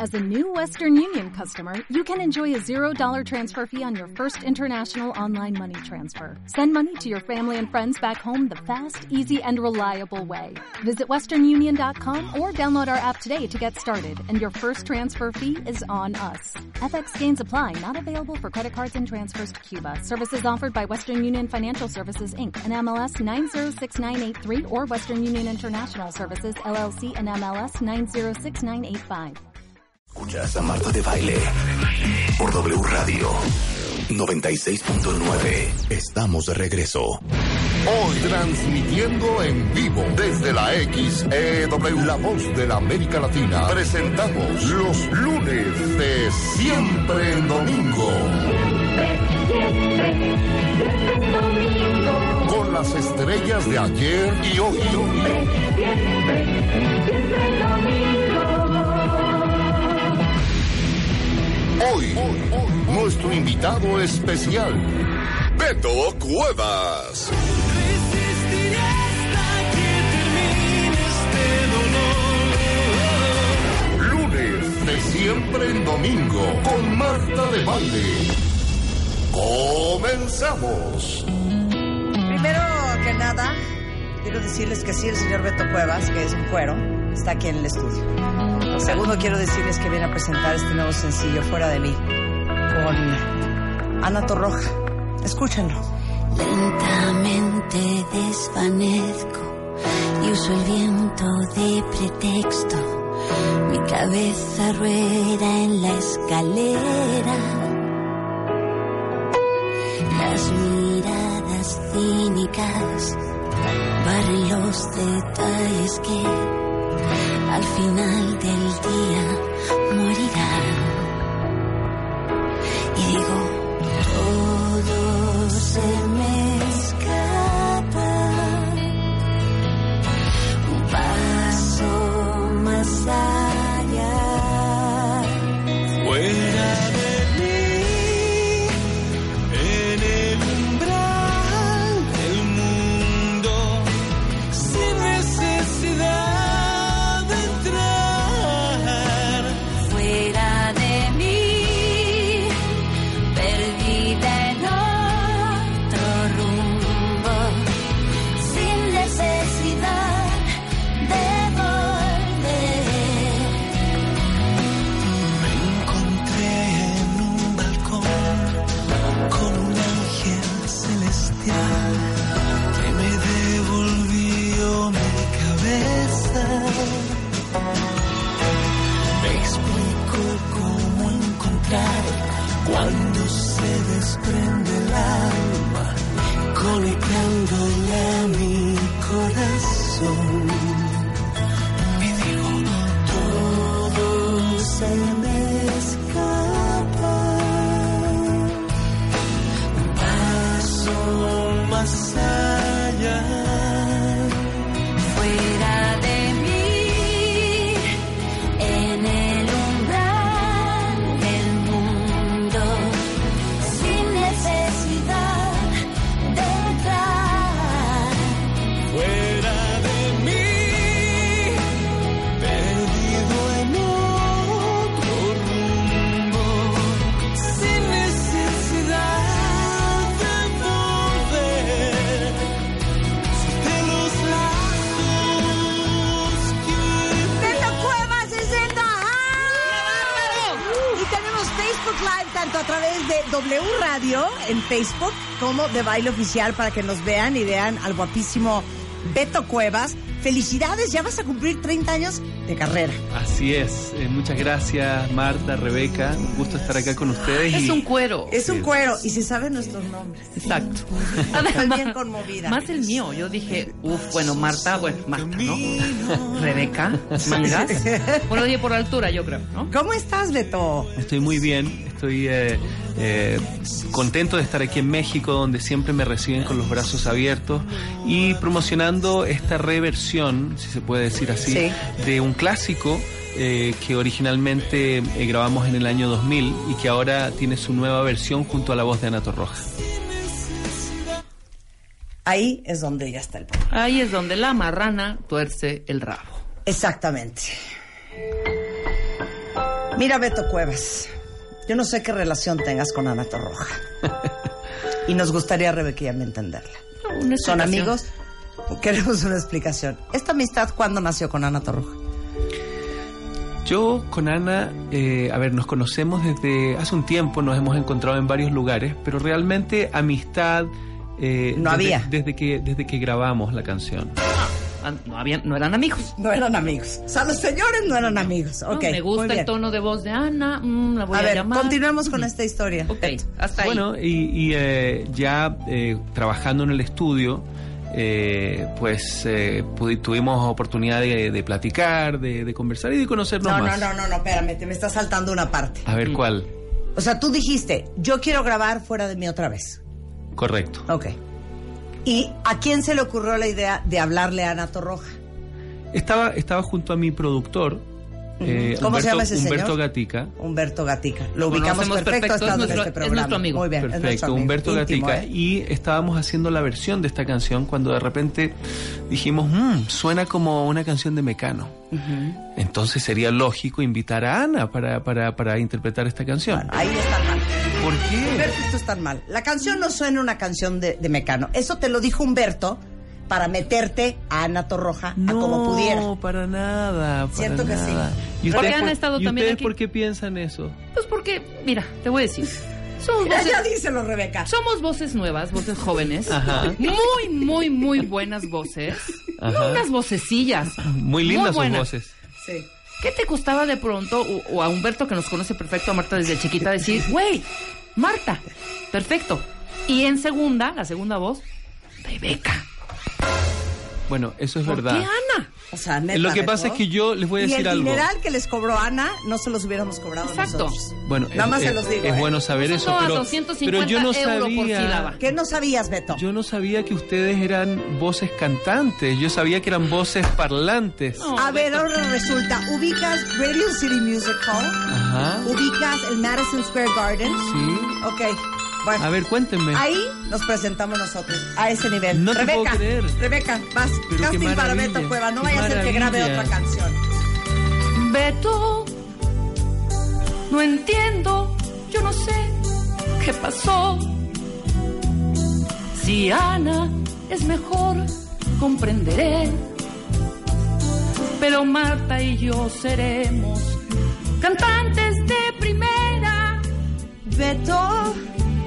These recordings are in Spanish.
As a new Western Union customer, you can enjoy a $0 transfer fee on your first international online money transfer. Send money to your family and friends back home the fast, easy, and reliable way. Visit westernunion.com or download our app today to get started, and your first transfer fee is on us. FX gains apply, not available for credit cards and transfers to Cuba. Services offered by Western Union Financial Services, Inc., and MLS 906983, or Western Union International Services, LLC, and MLS 906985. Escuchas a Marta de Baile por W Radio 96.9. Estamos de regreso. Hoy transmitiendo en vivo desde la XEW, la voz de la América Latina. Presentamos los lunes de Siempre en Domingo. Siempre en domingo. Con las estrellas de ayer y hoy. Siempre en domingo. Hoy, nuestro invitado especial, Beto Cuevas. Resistiré hasta que termine este dolor. Lunes de Siempre en Domingo, con Marta de Baile. ¡Comenzamos! Primero que nada, quiero decirles que sí, el señor Beto Cuevas, que es un cuero, está aquí en el estudio. Segundo, quiero decirles que viene a presentar este nuevo sencillo, Fuera de mí, con Ana Torroja. Escúchenlo. Lentamente desvanezco y uso el viento de pretexto. Mi cabeza rueda en la escalera. Las miradas cínicas barren los detalles que al final del día morirán. Y digo, todo se me escapa. Un paso más allá. Fuera de mí, en el umbral del mundo, sin necesidad. Que me devolvió mi cabeza. Me explicó cómo encontrar cuando se desprende el alma, conectándole a mi corazón. Y digo, todo se me escapa. Más allá, fuera de mí, en el umbral del mundo, sin necesidad de entrar. Fuera de mí, perdido en otro rumbo, sin necesidad. Live tanto a través de W Radio en Facebook como de Baile Oficial para que nos vean y vean al guapísimo Beto Cuevas. Felicidades, ya vas a cumplir 30 años de carrera. Así es, muchas gracias Marta, Rebeca, un gusto estar acá con ustedes. Es un cuero. Es un cuero y se saben nuestros nombres. Exacto. Estoy bien conmovida. Más el mío, yo dije, bueno, Marta, ¿no? Rebeca, Mangas. Bueno, oye, por altura yo creo, ¿no? ¿Cómo estás, Beto? Estoy muy bien, estoy contento de estar aquí en México, donde siempre me reciben con los brazos abiertos y promocionando esta reversión, si se puede decir así, sí, de un clásico que originalmente grabamos en el año 2000 y que ahora tiene su nueva versión junto a la voz de Ana Torroja. Ahí es donde ya está el problema. Ahí es donde la marrana tuerce el rabo. Exactamente. Mira, Beto Cuevas, yo no sé qué relación tengas con Ana Torroja. Y nos gustaría, Rebeca y a mí, entenderla. ¿Son amigos? Queremos una explicación. ¿Esta amistad cuándo nació con Ana Torroja? Yo con Ana, nos conocemos desde hace un tiempo, nos hemos encontrado en varios lugares, pero realmente amistad desde que grabamos la canción. No eran amigos. No eran amigos. O sea, los señores no eran amigos. Okay, me gusta el tono de voz de Ana, la voy a llamar. Continuemos con esta historia. Ok, hasta ahí. Bueno, y ya trabajando en el estudio, tuvimos oportunidad de platicar, de conversar y de conocernos más. No, espérame, te me está saltando una parte. A ver, ¿cuál? O sea, tú dijiste, yo quiero grabar Fuera de mí otra vez. Correcto. Ok. ¿Y a quién se le ocurrió la idea de hablarle a Ana Torroja? Estaba junto a mi productor, ¿Cómo se llama ese señor? Humberto Gatica. Humberto Gatica. Lo ubicamos perfecto estando en este programa. Es nuestro amigo. Muy bien, perfecto, es nuestro amigo. Humberto íntimo, Gatica. Y estábamos haciendo la versión de esta canción cuando de repente dijimos, suena como una canción de Mecano. Entonces sería lógico invitar a Ana para interpretar esta canción. Bueno, ahí están mal. ¿Por qué? Humberto, esto está mal. La canción no suena una canción de Mecano. Eso te lo dijo Humberto para meterte a Ana Torroja a como pudiera. No, para nada. Siento que nada. sí. ¿Y Porque ustedes, han estado también ustedes aquí? por qué piensan eso? Pues porque, mira, te voy a decir. Ya díselo, Rebeca. Somos voces nuevas, voces jóvenes. Ajá. Muy, muy, muy buenas voces. Ajá. No unas vocecillas. Muy lindas sus buenas. voces. Sí. ¿Qué te costaba de pronto, o a Humberto, que nos conoce perfecto, a Marta desde chiquita, decir, güey, Marta, perfecto? Y en segunda, la segunda voz, Rebeca. Bueno, eso es ¿Por verdad. qué Ana? O sea, neta, Lo que Beto. pasa es que yo les voy a y decir el algo. dineral que les cobró Ana no se los hubiéramos cobrado Exacto. nosotros. Bueno, Nada más se los digo. es bueno saber eso, No, a pero 250 yo no euros por sabía. sílaba. ¿Qué no sabías, Beto? Yo no sabía que ustedes eran voces cantantes. Yo sabía que eran voces parlantes. No. A ver, ahora resulta, ¿ubicas Radio City Music Hall? Ajá. ¿Ubicas el Madison Square Garden? Sí. Ok, bueno. A ver, cuéntenme. Ahí nos presentamos nosotros, a ese nivel. No te Rebeca, puedo creer. Rebeca, vas. Pero Casting qué para maravilla, Beto Cueva. No qué vaya a ser que grabe maravilla. otra canción. Beto, no entiendo, yo no sé qué pasó. Si Ana es mejor, comprenderé. Pero Marta y yo seremos cantantes de primera. Beto,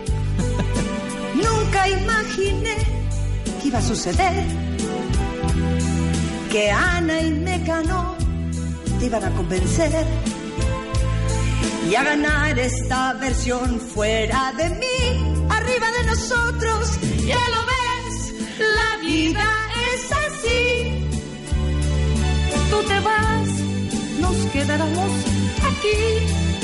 nunca imaginé que iba a suceder. Que Ana y Mecano te iban a convencer y a ganar esta versión Fuera de mí, arriba de nosotros. Ya lo ves, la vida es así. Tú te vas, nos quedaremos aquí.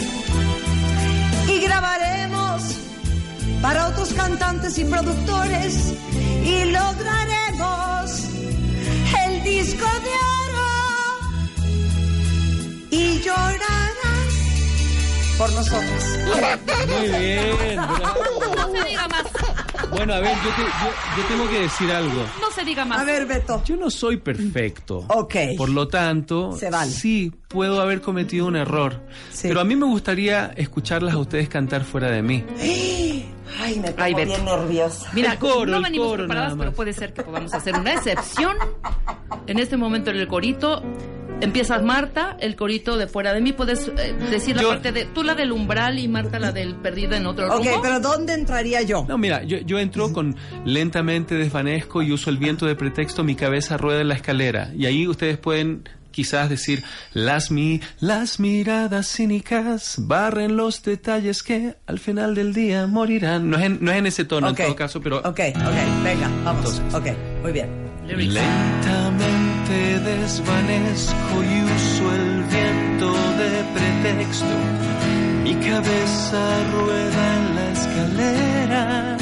Y grabaremos para otros cantantes y productores y lograremos el disco de oro y llorarás por nosotros. Muy bien, bravo. No se diga más, Bueno, a ver, yo tengo que decir algo. no se diga más. A ver, Beto. Yo no soy perfecto. Ok. Por lo tanto, Se vale. sí, puedo haber cometido un error. Sí. Pero a mí me gustaría escucharlas a ustedes cantar fuera de mí. Ay, me pongo Ay, Beto. bien nerviosa. Mira, El coro, no el venimos coro, preparadas, nada pero más. puede ser que podamos hacer una excepción. En este momento en el corito, empiezas Marta, el corito de Fuera de mí, puedes decir la Yo- parte de, tú la del umbral y Marta la del perdido en otro Ok, rumbo. pero ¿dónde entraría yo? No, mira, yo entro con lentamente desvanezco y uso el viento de pretexto, mi cabeza rueda en la escalera. Y ahí ustedes pueden quizás decir, las miradas cínicas barren los detalles que al final del día morirán. No es en ese tono Ok. en todo caso, pero... Ok, venga, vamos. Entonces. Ok, muy bien. Lyrics. Lentamente desvanezco y uso el viento de pretexto. Mi cabeza rueda en la escalera.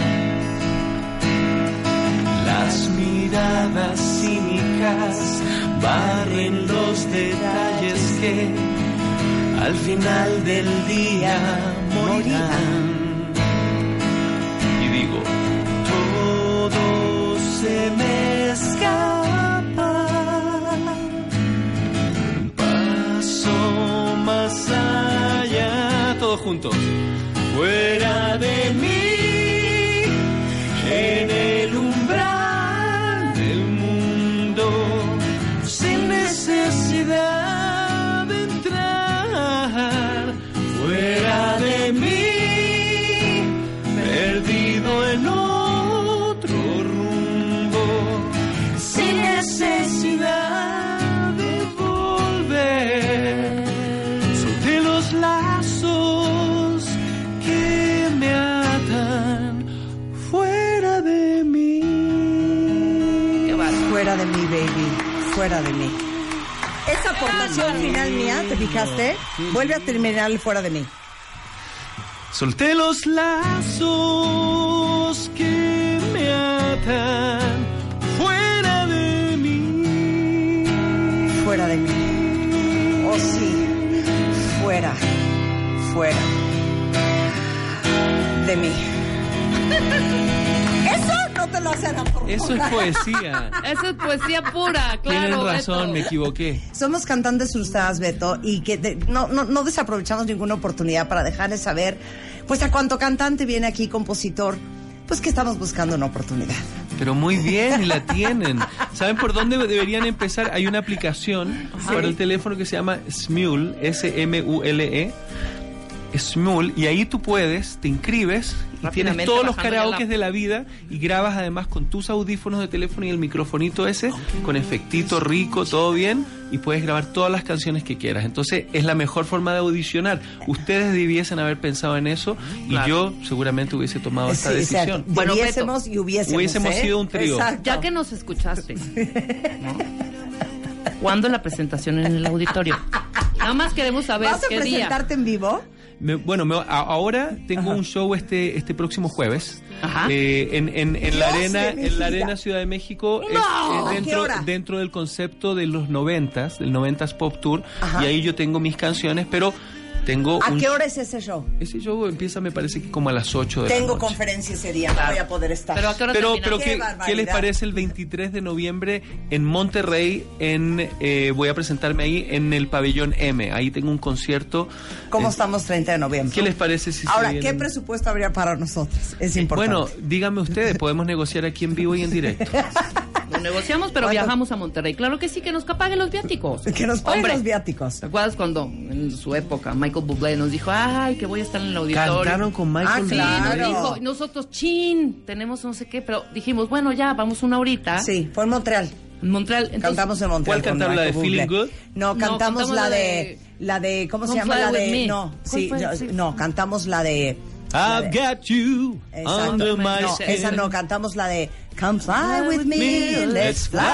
Las miradas cínicas barren los detalles que al final del día morirán. Y digo, todo se me escapa. Paso más allá. todos juntos. Fuera de mí, en el umbral del mundo, sin necesidad de entrar. Fuera de mí, perdido en otro rumbo, sin necesidad de volver. Solté los lazos que me atan fuera de mí. Qué bárbaro. Fuera de mí, baby. Fuera de mí. Esa aportación final mía, ¿te fijaste? Vuelve a terminar fuera de mí. Solté los lazos que me atan fuera de mí. Fuera de mí. Oh, sí. Fuera. Fuera. De mí. Eso no te lo hacen a propósito. Eso es poesía. Eso es poesía pura, claro. Tienen razón, Beto. me equivoqué. Somos cantantes frustradas, Beto, y que no desaprovechamos ninguna oportunidad para dejarles saber, pues, a cuánto cantante viene aquí, compositor, pues que estamos buscando una oportunidad. Pero muy bien, y la tienen. ¿Saben por dónde deberían empezar? Hay una aplicación para el teléfono que se llama Smule, S-M-U-L-E. Smule, y ahí tú puedes, te inscribes y tienes Rápidamente todos los bajando karaokes ya la- de la vida y grabas además con tus audífonos de teléfono y el microfonito ese, con efectito rico, todo bien, y puedes grabar todas las canciones que quieras. Entonces es la mejor forma de audicionar. Ustedes debiesen haber pensado en eso y Claro. yo seguramente hubiese tomado esta Sí, decisión. exacto. Bueno, Hubiésemos y hubiésemos. Hubiésemos sido un trío. Exacto. Ya que nos escuchaste, ¿no? ¿Cuándo la presentación en el auditorio? Nada más queremos saber ¿Vas a qué día. presentarte en vivo? Ahora tengo un show este próximo jueves. Ajá. En Dios la de arena, mi en la vida. arena Ciudad de México, No, ¿a qué hora? dentro del concepto de los 90s, del 90s Pop Tour, Ajá. y ahí yo tengo mis canciones, pero tengo ¿A qué hora es ese show? Ese show empieza, me parece que como a las 8 de la Tengo noche. conferencia ese día, no voy a poder estar. Pero ¿a qué hora Pero termina? Qué ¿qué barbaridad. les parece el 23 de noviembre en Monterrey? Voy a presentarme ahí en el Pabellón M. Ahí tengo un concierto. ¿Cómo estamos 30 de noviembre? ¿Qué les parece si Ahora, se ¿qué vienen? presupuesto habría para nosotros? Es importante. Bueno, díganme ustedes, podemos negociar aquí en vivo y en directo. Lo negociamos, pero ¿Cuánto? viajamos a Monterrey. Claro que sí, que nos paguen los viáticos. Que nos paguen Hombre, los viáticos. ¿te acuerdas cuando en su época Michael Bublé nos dijo, ay, que voy a estar en el auditorio? Cantaron con Michael Sí, claro. nos dijo, nosotros, chin, tenemos no sé qué, pero dijimos, bueno, ya, vamos una horita. Sí, fue en Montreal. En Montreal. Entonces, Cantamos en Montreal. ¿Cuál con cantaron, la de Michael Bublé. Feeling Good? No, cantamos la de... ¿cómo se Don't llama? Fly La With de... Me. No, ¿Cuál sí, fue? no, Sí. no, cantamos la de... I've got you Exacto. under my No, skin. esa no, cantamos la de Come fly with me, let's fly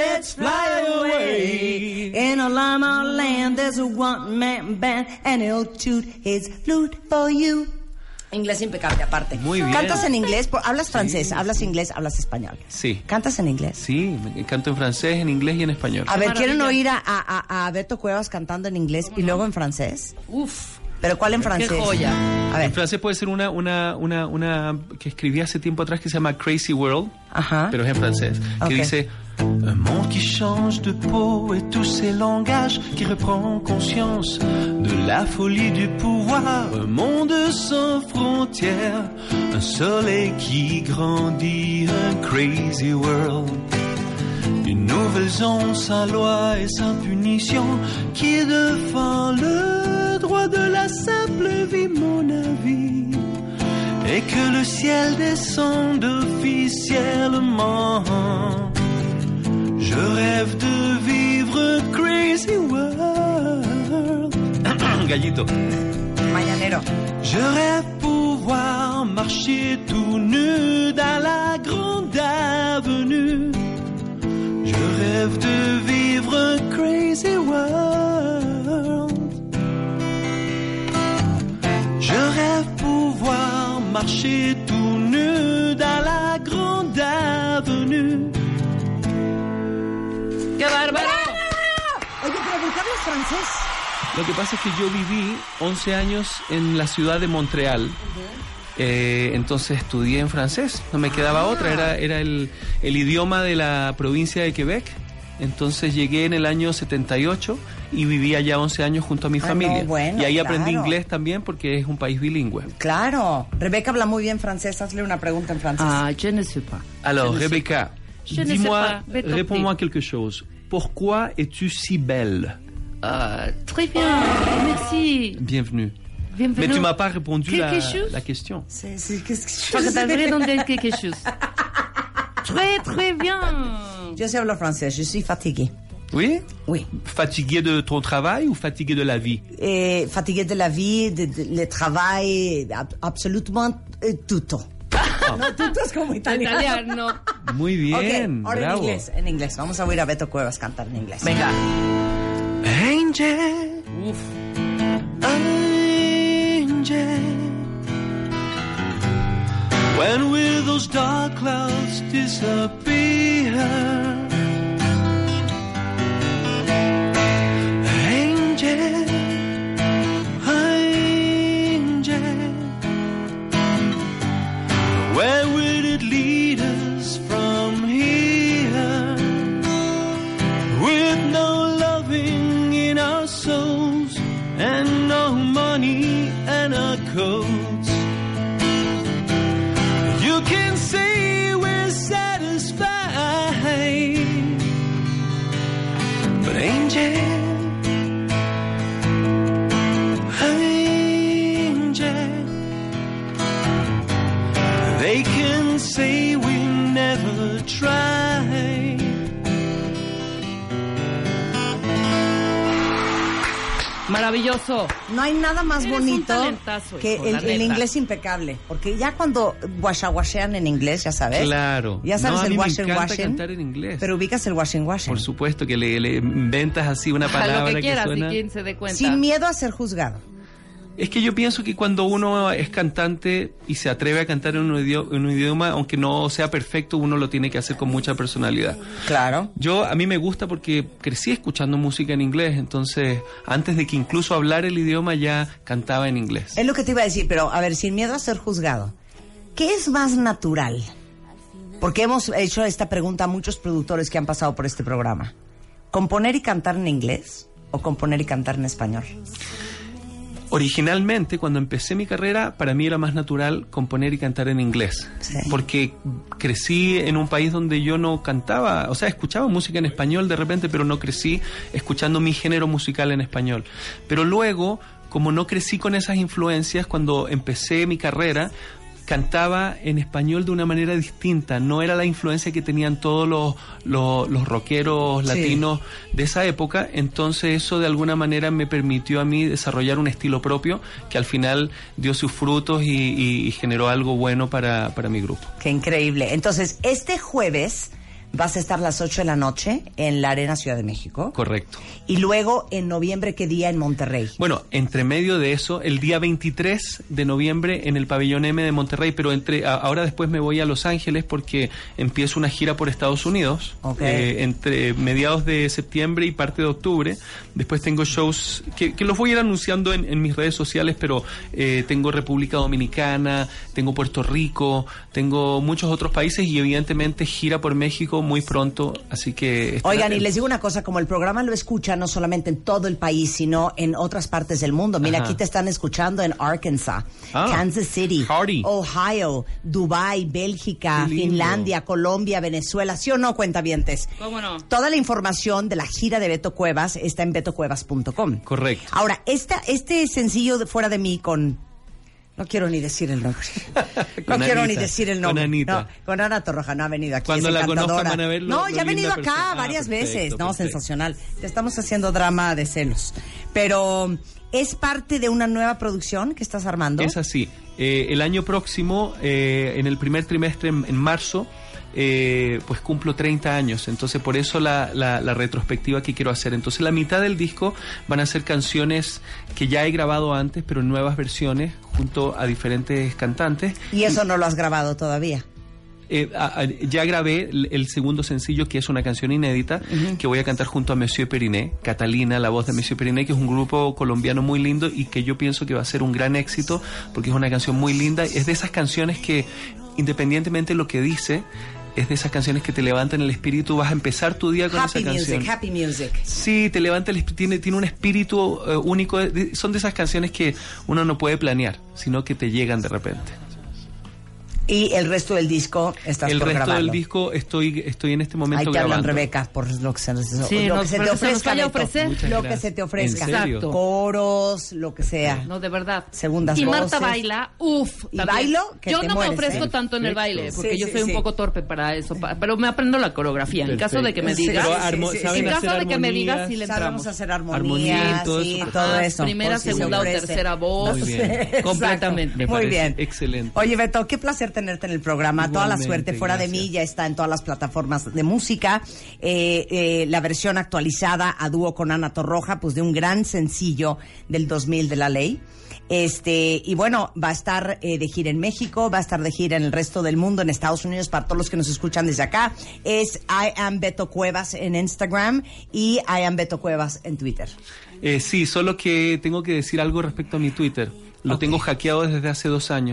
away. In a llama land there's a one-man band and he'll toot his flute for you. Inglés impecable aparte. Muy bien. ¿Cantas en inglés? ¿Hablas francés? ¿Hablas inglés? ¿Hablas español? Sí. ¿Cantas en inglés? Sí, me canto en francés, en inglés y en español. A ver, maravilla. ¿quieren oír a Beto Cuevas cantando en inglés y luego en francés? Uf, ¿Pero cuál en francés? qué joya. A En ver. francés puede ser una que escribí hace tiempo atrás que se llama Crazy World, Ajá. pero es en francés, Ok. que dice un monde qui change de peau et tous ces langages qui reprend conscience de la folie du pouvoir, un monde sans frontières, un soleil qui grandit, un crazy world. Une nouvelle onde sans loi et sans punition qui défend le droit de la simple vie, mon avis. Et que le ciel descende officiellement. Je rêve de vivre un crazy world. Gallito. Mañanero. Je rêve pouvoir marcher tout nu dans la grande avenue. Je rêve de vivre un crazy world. Je rêve pouvoir marcher tout nu dans la grande avenue. ¡Qué bárbaro! Oye, pero ¿por qué hablas francés? Lo que pasa es que yo viví 11 años en la ciudad de Montreal. Entonces estudié en francés, no me quedaba otra, era el idioma de la provincia de Quebec. Entonces llegué en el año 78 y viví allá 11 años junto a mi familia. No, bueno, y ahí claro. aprendí inglés también porque es un país bilingüe. Claro. Rebeca habla muy bien francés. Hazle una pregunta en francés. Ah, je ne sais pas. Alors, Je ne sais Rebecca, pas. Je ne sais dis-moi, pas. Beto, réponds-moi quelque chose. Pourquoi es-tu si belle? Très bien, merci. Bienvenue. Bienvenue. Mais tu m'as pas répondu Quelque chose? la question. Sí, qu'est-ce que Je crois que t'aimerais demander quelque chose. Très bien. Yo sí hablo francés. Je suis fatiguée. Oui? Oui. Fatigué de ton travail ou fatigué de la vie? Fatiguée de la vie, de le travail, absolument tutto. No, tutto es como italiano. Italiano. Muy bien, Ok, ahora bravo. en inglés. Vamos a oír a Beto Cuevas cantar en inglés. Venga. Angel, Uf. angel, when will those dark clouds disappear? Angel, angel, where will it lead us from here? With no loving in our souls and no money and our coats. You can say we're satisfied, but angel, angel, they can say we never tried. Maravilloso. No hay nada más Eres un bonito talentazo, que hijo, la el neta. inglés impecable. Porque ya cuando guashaguashean en inglés, ya sabes. Claro. Ya sabes No, a el mí me washing encanta washing. cantar en inglés. Pero ubicas el washing washing. Por supuesto que le inventas así una palabra Lo que quieras, que suena. si quien se dé cuenta. Sin miedo a ser juzgado. Es que yo pienso que cuando uno es cantante y se atreve a cantar en un idioma, aunque no sea perfecto, uno lo tiene que hacer con mucha personalidad. Claro. A mí me gusta porque crecí escuchando música en inglés, entonces antes de que incluso hablar el idioma ya cantaba en inglés. Es lo que te iba a decir, pero a ver, sin miedo a ser juzgado. ¿Qué es más natural? Porque hemos hecho esta pregunta a muchos productores que han pasado por este programa. ¿Componer y cantar en inglés o componer y cantar en español? Originalmente, cuando empecé mi carrera, para mí era más natural componer y cantar en inglés. Sí. Porque crecí en un país donde yo no cantaba, o sea, escuchaba música en español de repente, pero no crecí escuchando mi género musical en español. Pero luego, como no crecí con esas influencias, cuando empecé mi carrera, cantaba en español de una manera distinta. No era la influencia que tenían todos los rockeros latinos de esa época. Entonces eso de alguna manera me permitió a mí desarrollar un estilo propio que al final dio sus frutos y generó algo bueno para mi grupo. Qué increíble. Entonces, este jueves vas a estar a las 8 de la noche en la Arena Ciudad de México. Correcto. Y luego, en noviembre, ¿qué día en Monterrey? Bueno, entre medio de eso, el día 23 de noviembre en el Pabellón M de Monterrey, pero ahora después me voy a Los Ángeles porque empiezo una gira por Estados Unidos. Okay. Entre mediados de septiembre y parte de octubre. Después tengo shows que los voy a ir anunciando en mis redes sociales, pero tengo República Dominicana, tengo Puerto Rico, tengo muchos otros países y evidentemente gira por México muy pronto, así que... Oigan, y les digo una cosa, como el programa lo escucha no solamente en todo el país, sino en otras partes del mundo. Mira, aquí te están escuchando en Arkansas, Kansas City, Hardy. Ohio, Dubai, Bélgica, Qué lindo. Finlandia, Colombia, Venezuela. ¿Sí o no, cuentavientes? ¿Cómo no? Toda la información de la gira de Beto Cuevas está en betocuevas.com. Correcto. Ahora, este sencillo de Fuera de mí con... No quiero ni decir el nombre. No Con quiero Anita, ni decir el nombre. con Anita. No, con Ana Torroja, no ha venido aquí. Cuando es la encantadora. conozcan van a ver No, lo ya ha venido linda acá persona. varias Perfecto, veces. No, perfecto. sensacional. Te estamos haciendo drama de celos. Pero es parte de una nueva producción que estás armando. Es así. El año próximo, en el primer trimestre, en marzo, pues cumplo 30 años, entonces por eso la retrospectiva que quiero hacer. Entonces la mitad del disco van a ser canciones que ya he grabado antes, pero en nuevas versiones, junto a diferentes cantantes. Y eso no lo has grabado todavía. Ya grabé el segundo sencillo, que es una canción inédita, que voy a cantar junto a Monsieur Periné, Catalina, la voz de Monsieur Periné, que es un grupo colombiano muy lindo y que yo pienso que va a ser un gran éxito, porque es una canción muy linda. Es de esas canciones que, independientemente de lo que dice, es de esas canciones que te levantan el espíritu, vas a empezar tu día con esa canción. Happy music. Sí, te levanta tiene un espíritu único, son de esas canciones que uno no puede planear, sino que te llegan de repente. Y el resto del disco estás por grabarlo. El resto del disco estoy en este momento grabando. Ahí te hablan, Rebeca, por lo que se te ofrezca, lo que se te ofrezca. Exacto. Coros, lo que sea. No, de verdad. Segundas y voces. Marta baila, ¿Y bailo? Que yo te no mueres, me ofrezco tanto en el baile, porque yo soy un poco torpe para eso, pero me aprendo la coreografía. En caso de que me digas, en caso de que me digas, sí le entramos. Sabemos hacer armonías, sí, todo eso. Primera, segunda o tercera voz. Muy bien. Completamente. Muy bien. Excelente. Oye, Beto, qué placer tenerte en el programa. Igualmente, toda la suerte. Fuera de mí ya está en todas las plataformas de música. La versión actualizada a dúo con Ana Torroja, pues de un gran sencillo del 2000 de La Ley. Y bueno, va a estar de gira en México, va a estar de gira en el resto del mundo, en Estados Unidos, para todos los que nos escuchan desde acá. Es I Am Beto Cuevas en Instagram y I Am Beto Cuevas en Twitter. Sí, solo que tengo que decir algo respecto a mi Twitter. Lo tengo hackeado desde hace 2 años.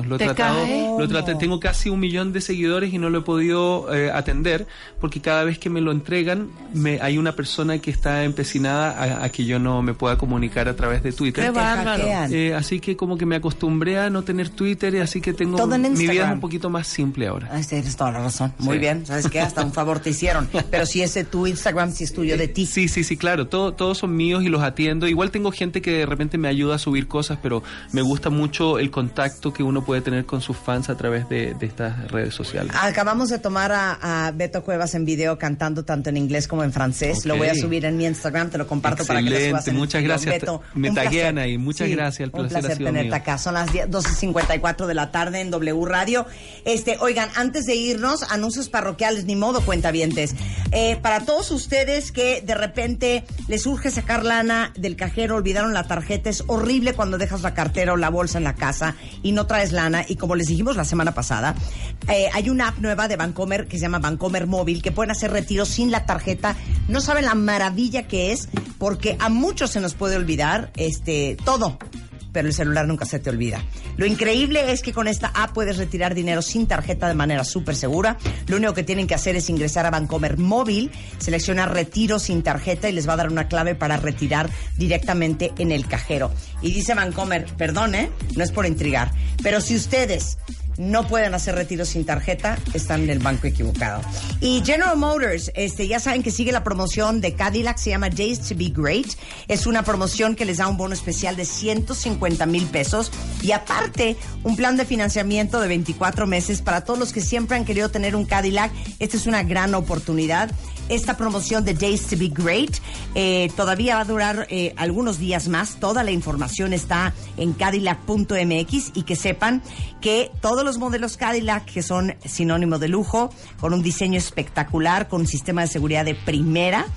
Tengo casi 1 millón de seguidores y no lo he podido atender porque cada vez que me lo entregan hay una persona que está empecinada a que yo no me pueda comunicar a través de Twitter. ¡Qué bárbaro! Así que como que me acostumbré a no tener Twitter y así que tengo mi vida es un poquito más simple ahora. Tienes toda la razón. Muy bien. ¿Sabes qué? Hasta un favor te hicieron. Pero si ese tu Instagram sí es tuyo de ti. Sí, claro. Todos son míos y los atiendo. Igual tengo gente que de repente me ayuda a subir cosas, pero me gusta mucho el contacto que uno puede tener con sus fans a través de estas redes sociales. Acabamos de tomar a Beto Cuevas en video cantando tanto en inglés como en francés. Okay. Lo voy a subir en mi Instagram, te lo comparto. Excelente, para que lo subas en muchas gracias. Beto, me taguean ahí, muchas gracias. El placer un placer tenerte mío. acá. Son las 12:54 de la tarde en W Radio. Oigan, antes de irnos, anuncios parroquiales, ni modo, cuentavientes. Para todos ustedes que de repente les urge sacar lana del cajero, olvidaron la tarjeta, es horrible cuando dejas la cartera o la bolsa en la casa y no traes lana, y como les dijimos la semana pasada, hay una app nueva de Bancomer que se llama Bancomer Móvil, que pueden hacer retiros sin la tarjeta. No saben la maravilla que es, porque a muchos se nos puede olvidar todo, pero el celular nunca se te olvida. Lo increíble es que con esta app puedes retirar dinero sin tarjeta de manera súper segura. Lo único que tienen que hacer es ingresar a Bancomer Móvil, seleccionar retiro sin tarjeta y les va a dar una clave para retirar directamente en el cajero. Y dice Bancomer, perdón, no es por intrigar, pero si ustedes no pueden hacer retiros sin tarjeta, están en el banco equivocado. Y General Motors, ya saben que sigue la promoción de Cadillac, se llama Days to Be Great. Es una promoción que les da un bono especial de 150,000 pesos y aparte un plan de financiamiento de 24 meses para todos los que siempre han querido tener un Cadillac. Esta es una gran oportunidad. Esta promoción de Days to Be Great todavía va a durar algunos días más. Toda la información está en Cadillac.mx y que sepan que todos los modelos Cadillac, que son sinónimo de lujo, con un diseño espectacular, con un sistema de seguridad de primera,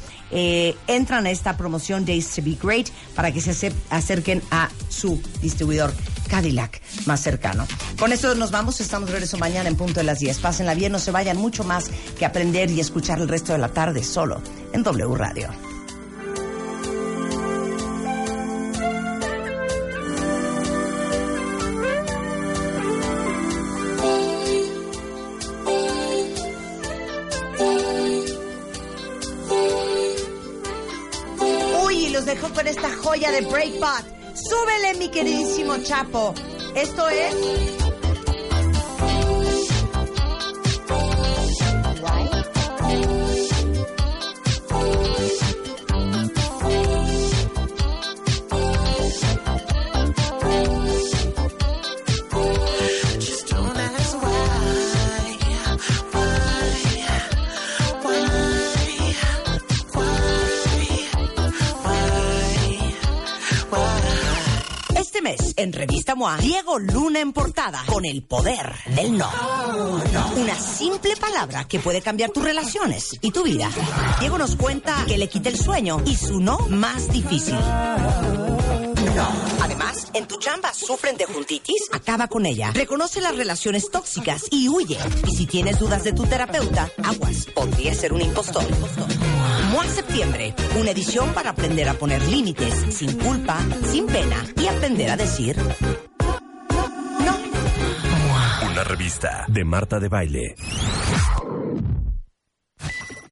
entran a esta promoción Days to Be Great para que se acerquen a su distribuidor Cadillac más cercano. Con esto nos vamos, estamos de regreso mañana en punto de las 10. Pásenla bien, no se vayan, mucho más que aprender y escuchar el resto de la tarde solo en W Radio. Uy, y los dejo con esta joya de Breakbot. Súbele, mi queridísimo Chapo. Esto es... En Revista MOA, Diego Luna en portada, con el poder del no. Una simple palabra que puede cambiar tus relaciones y tu vida. Diego nos cuenta que le quita el sueño y su no más difícil. No. Además, en tu chamba sufren de juntitis, acaba con ella. Reconoce las relaciones tóxicas y huye. Y si tienes dudas de tu terapeuta, aguas, podría ser un impostor. MOA Septiembre, una edición para aprender a poner límites, sin culpa, sin pena, y aprender a decir no. Una revista de Marta de Baile.